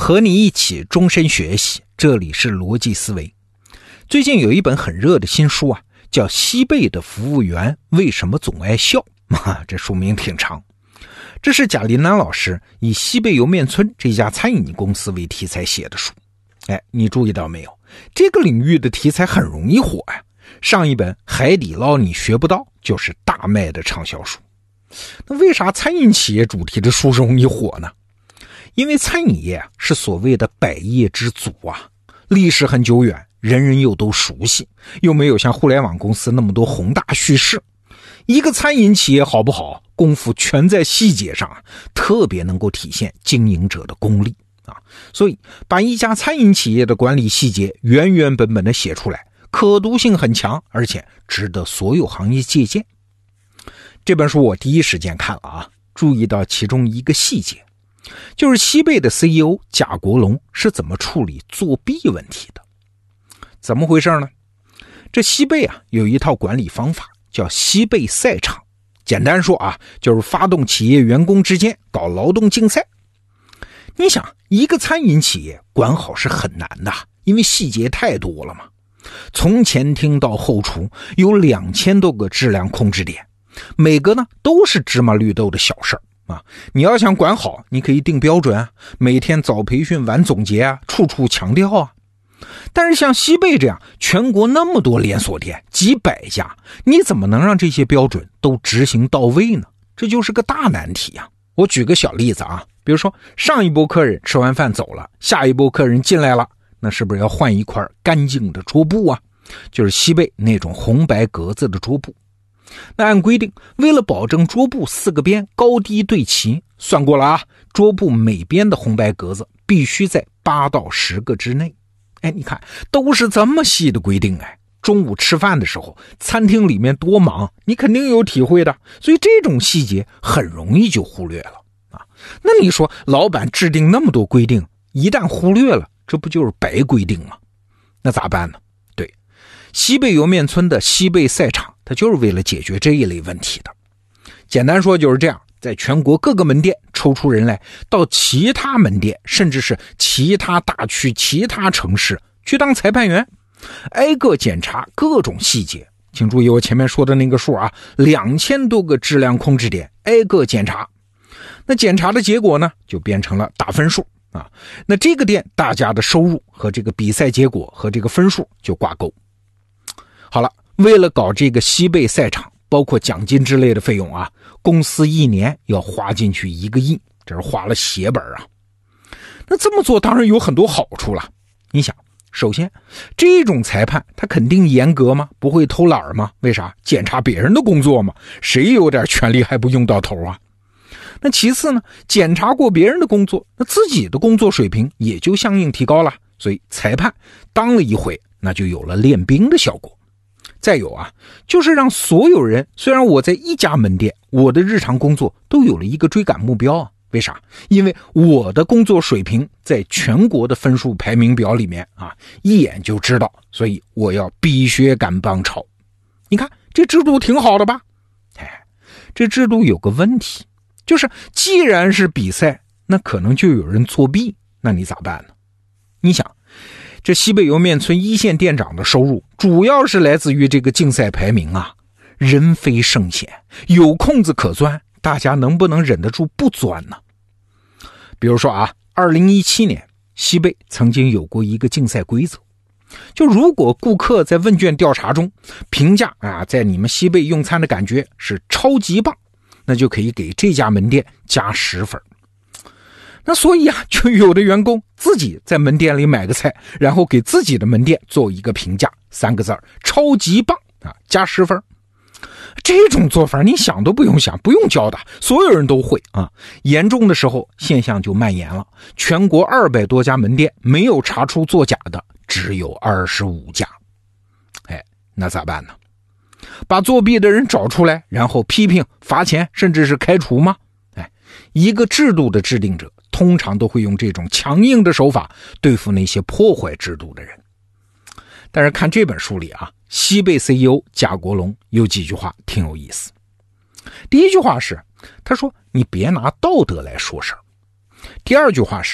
和你一起终身学习，这里是逻辑思维。最近有一本很热的新书啊，叫《西贝的服务员为什么总爱笑》这书名挺长。这是贾林南老师以西贝莜面村这家餐饮公司为题材写的书。你注意到没有？这个领域的题材很容易火呀。上一本《海底捞你学不到》就是大卖的畅销书。那为啥餐饮企业主题的书容易火呢？因为餐饮业是所谓的百业之祖啊，历史很久远，人人又都熟悉，又没有像互联网公司那么多宏大叙事。一个餐饮企业好不好，功夫全在细节上啊，特别能够体现经营者的功力啊。所以把一家餐饮企业的管理细节原原本本的写出来，可读性很强，而且值得所有行业借鉴。这本书我第一时间看了啊，注意到其中一个细节，就是西贝的 CEO 贾国龙是怎么处理作弊问题的。怎么回事呢？这西贝啊有一套管理方法叫西贝赛场，简单说啊，就是发动企业员工之间搞劳动竞赛。你想，一个餐饮企业管好是很难的，因为细节太多了嘛。从前厅到后厨有2000多个质量控制点，每个呢都是芝麻绿豆的小事儿啊。你要想管好，你可以定标准啊，每天早培训晚总结啊，处处强调啊。但是像西贝这样全国那么多连锁店几百家，你怎么能让这些标准都执行到位呢？这就是个大难题啊。我举个小例子啊，比如说上一波客人吃完饭走了，下一波客人进来了，那是不是要换一块干净的桌布啊？就是西贝那种红白格子的桌布。那按规定，为了保证桌布4个边高低对齐，算过了啊，桌布每边的红白格子必须在8到10个之内。你看都是这么细的规定中午吃饭的时候，餐厅里面多忙，你肯定有体会的，所以这种细节很容易就忽略了啊。那你说老板制定那么多规定，一旦忽略了，这不就是白规定吗？那咋办呢？对，西贝莜面村的西贝赛场，它就是为了解决这一类问题的。简单说就是这样，在全国各个门店抽出人来，到其他门店甚至是其他大区其他城市去当裁判员，挨个检查各种细节。请注意我前面说的那个数啊，2000多个质量控制点挨个检查。那检查的结果呢，就变成了打分数啊。那这个店大家的收入和这个比赛结果和这个分数就挂钩。好了，为了搞这个西贝赛场，包括奖金之类的费用啊，公司一年要花进去1个亿，这是花了血本啊。那这么做当然有很多好处了。你想，首先这种裁判他肯定严格吗？不会偷懒吗？为啥？检查别人的工作嘛，谁有点权利还不用到头啊？那其次呢，检查过别人的工作，那自己的工作水平也就相应提高了，所以裁判当了一回，那就有了练兵的效果。再有啊，就是让所有人，虽然我在一家门店，我的日常工作都有了一个追赶目标啊。为啥？因为我的工作水平在全国的分数排名表里面啊，一眼就知道，所以我要比学赶帮超。你看这制度挺好的吧？这制度有个问题，就是既然是比赛，那可能就有人作弊，那你咋办呢？你想，这西贝莜面村一线店长的收入主要是来自于这个竞赛排名啊，人非圣贤，有空子可钻，大家能不能忍得住不钻呢？比如说啊，2017年西贝曾经有过一个竞赛规则，就如果顾客在问卷调查中评价啊，在你们西贝用餐的感觉是超级棒，那就可以给这家门店加10分。那所以啊，就有的员工自己在门店里买个菜，然后给自己的门店做一个评价，3个字超级棒啊，加10分。这种做法你想都不用想，不用教的，所有人都会啊。严重的时候现象就蔓延了，全国200多家门店没有查出作假的只有25家。那咋办呢？把作弊的人找出来，然后批评、罚钱，甚至是开除吗？一个制度的制定者通常都会用这种强硬的手法对付那些破坏制度的人。但是看这本书里啊，西贝 CEO 贾国龙有几句话挺有意思。第一句话是，他说你别拿道德来说事儿。第二句话是，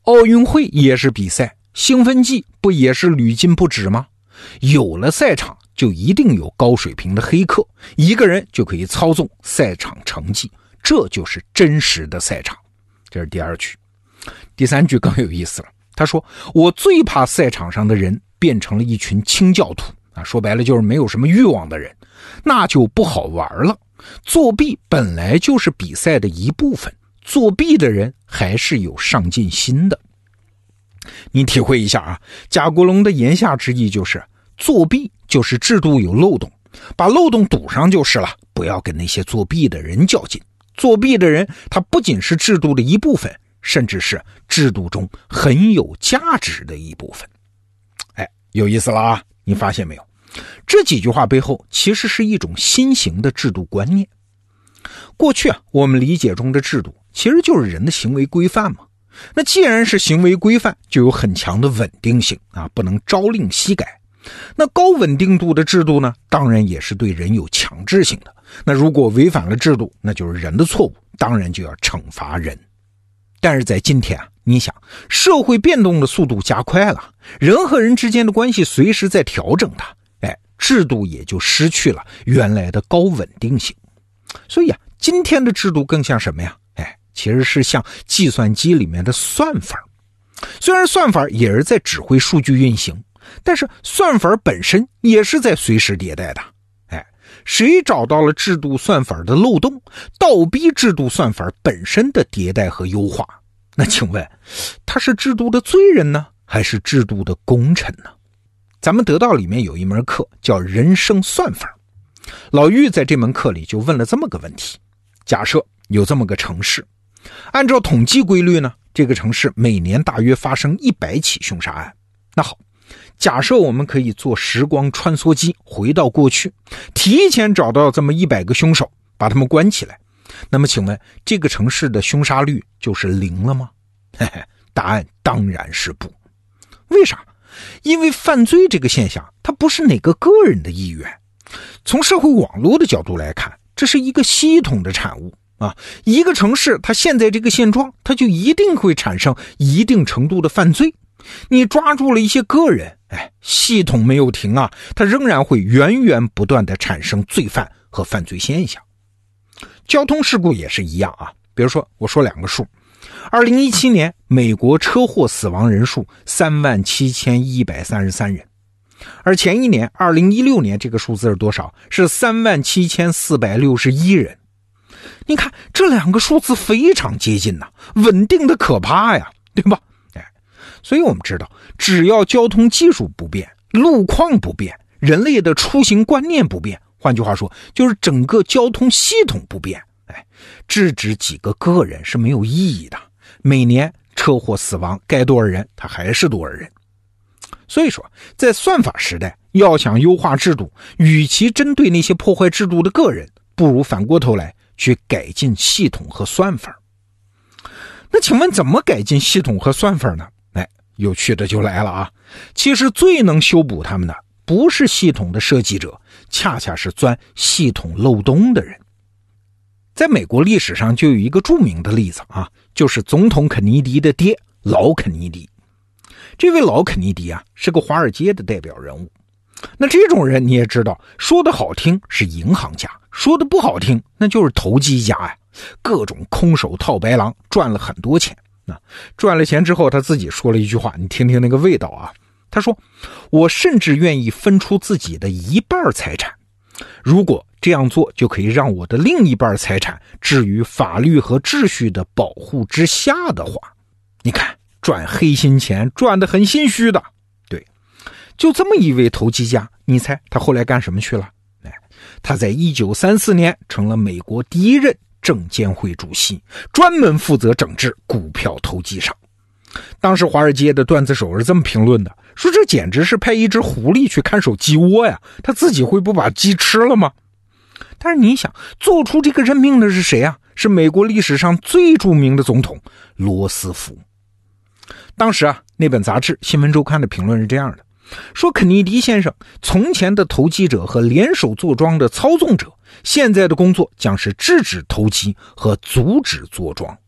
奥运会也是比赛，兴奋剂不也是屡禁不止吗？有了赛场，就一定有高水平的黑客，一个人就可以操纵赛场成绩，这就是真实的赛场。这是第二句。第三句更有意思了，他说我最怕赛场上的人变成了一群清教徒啊，说白了就是没有什么欲望的人，那就不好玩了。作弊本来就是比赛的一部分，作弊的人还是有上进心的。你体会一下啊，贾国龙的言下之意就是作弊就是制度有漏洞，把漏洞堵上就是了，不要跟那些作弊的人较劲。作弊的人他不仅是制度的一部分，甚至是制度中很有价值的一部分。有意思了啊，你发现没有？这几句话背后其实是一种新型的制度观念。过去啊，我们理解中的制度其实就是人的行为规范嘛。那既然是行为规范，就有很强的稳定性啊，不能朝令夕改。那高稳定度的制度呢，当然也是对人有强制性的。那如果违反了制度，那就是人的错误，当然就要惩罚人。但是在今天啊，你想，社会变动的速度加快了，人和人之间的关系随时在调整它，制度也就失去了原来的高稳定性。所以啊，今天的制度更像什么呀？其实是像计算机里面的算法。虽然算法也是在指挥数据运行，但是算法本身也是在随时迭代的。谁找到了制度算法的漏洞，倒逼制度算法本身的迭代和优化，那请问他是制度的罪人呢，还是制度的功臣呢？咱们得到里面有一门课叫人生算法，老郁在这门课里就问了这么个问题：假设有这么个城市，按照统计规律呢，这个城市每年大约发生100起凶杀案。那好，假设我们可以坐时光穿梭机回到过去，提前找到这么100个凶手，把他们关起来，那么请问这个城市的凶杀率就是0了吗？答案当然是不。为啥？因为犯罪这个现象它不是哪个个人的意愿，从社会网络的角度来看，这是一个系统的产物啊。一个城市它现在这个现状，它就一定会产生一定程度的犯罪。你抓住了一些个人，系统没有停啊，它仍然会源源不断的产生罪犯和犯罪现象。交通事故也是一样啊，比如说我说2个数，2017年美国车祸死亡人数37133人，而前一年2016年这个数字是多少？是37461人。你看这2个数字非常接近呐，稳定的可怕呀，对吧？所以我们知道，只要交通技术不变，路况不变，人类的出行观念不变，换句话说就是整个交通系统不变，制止几个个人是没有意义的。每年车祸死亡该多少人他还是多少人。所以说在算法时代，要想优化制度，与其针对那些破坏制度的个人，不如反过头来去改进系统和算法。那请问怎么改进系统和算法呢？有趣的就来了啊！其实最能修补他们的不是系统的设计者，恰恰是钻系统漏洞的人。在美国历史上就有一个著名的例子啊，就是总统肯尼迪的爹老肯尼迪。这位老肯尼迪啊，是个华尔街的代表人物。那这种人你也知道，说的好听是银行家，说的不好听那就是投机家呀，各种空手套白狼，赚了很多钱。赚了钱之后，他自己说了一句话，你听听那个味道啊。他说，我甚至愿意分出自己的1半财产，如果这样做就可以让我的另1半财产置于法律和秩序的保护之下的话。你看，赚黑心钱赚得很心虚的。对，就这么一位投机家，你猜他后来干什么去了？他在1934年成了美国第1任证监会主席，专门负责整治股票投机商。当时华尔街的段子手是这么评论的，说这简直是派一只狐狸去看守鸡窝呀，他自己会不把鸡吃了吗？但是你想，做出这个任命的是谁啊？是美国历史上最著名的总统罗斯福。当时啊，那本杂志《新闻周刊》的评论是这样的，说肯尼迪先生从前的投机者和联手坐庄的操纵者，现在的工作将是制止投机和阻止坐庄。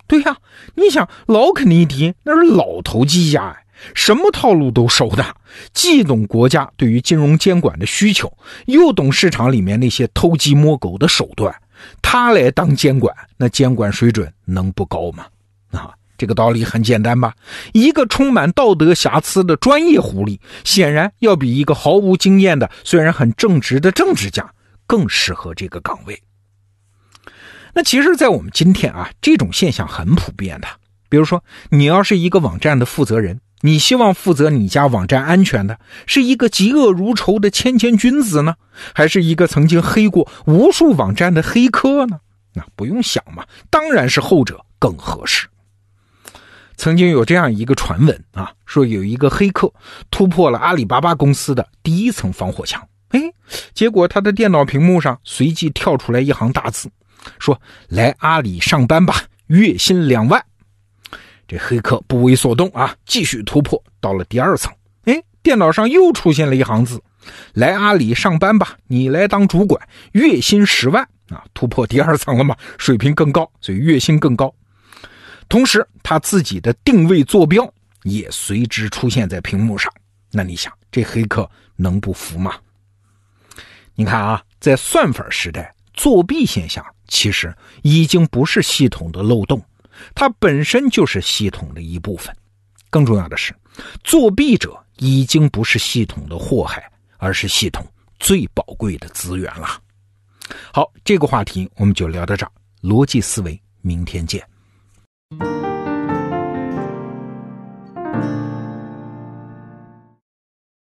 对呀，你想老肯尼迪那是老投机家什么套路都熟的，既懂国家对于金融监管的需求，又懂市场里面那些偷鸡摸狗的手段，他来当监管，那监管水准能不高吗？这个道理很简单吧，一个充满道德瑕疵的专业狐狸，显然要比一个毫无经验的虽然很正直的政治家更适合这个岗位。那其实在我们今天这种现象很普遍的。比如说你要是一个网站的负责人，你希望负责你家网站安全的是一个嫉恶如仇的谦谦君子呢，还是一个曾经黑过无数网站的黑客呢？那不用想嘛，当然是后者更合适。曾经有这样一个传闻说有一个黑客突破了阿里巴巴公司的第一层防火墙，结果他的电脑屏幕上随即跳出来一行大字，说来阿里上班吧，月薪2万。这黑客不为所动继续突破到了第2层，电脑上又出现了一行字，来阿里上班吧，你来当主管，月薪10万突破第2层了嘛，水平更高，所以月薪更高。同时他自己的定位坐标也随之出现在屏幕上，那你想这黑客能不服吗？你看在算法时代，作弊现象其实已经不是系统的漏洞，它本身就是系统的一部分。更重要的是，作弊者已经不是系统的祸害，而是系统最宝贵的资源了。好，这个话题我们就聊到这儿，逻辑思维，明天见。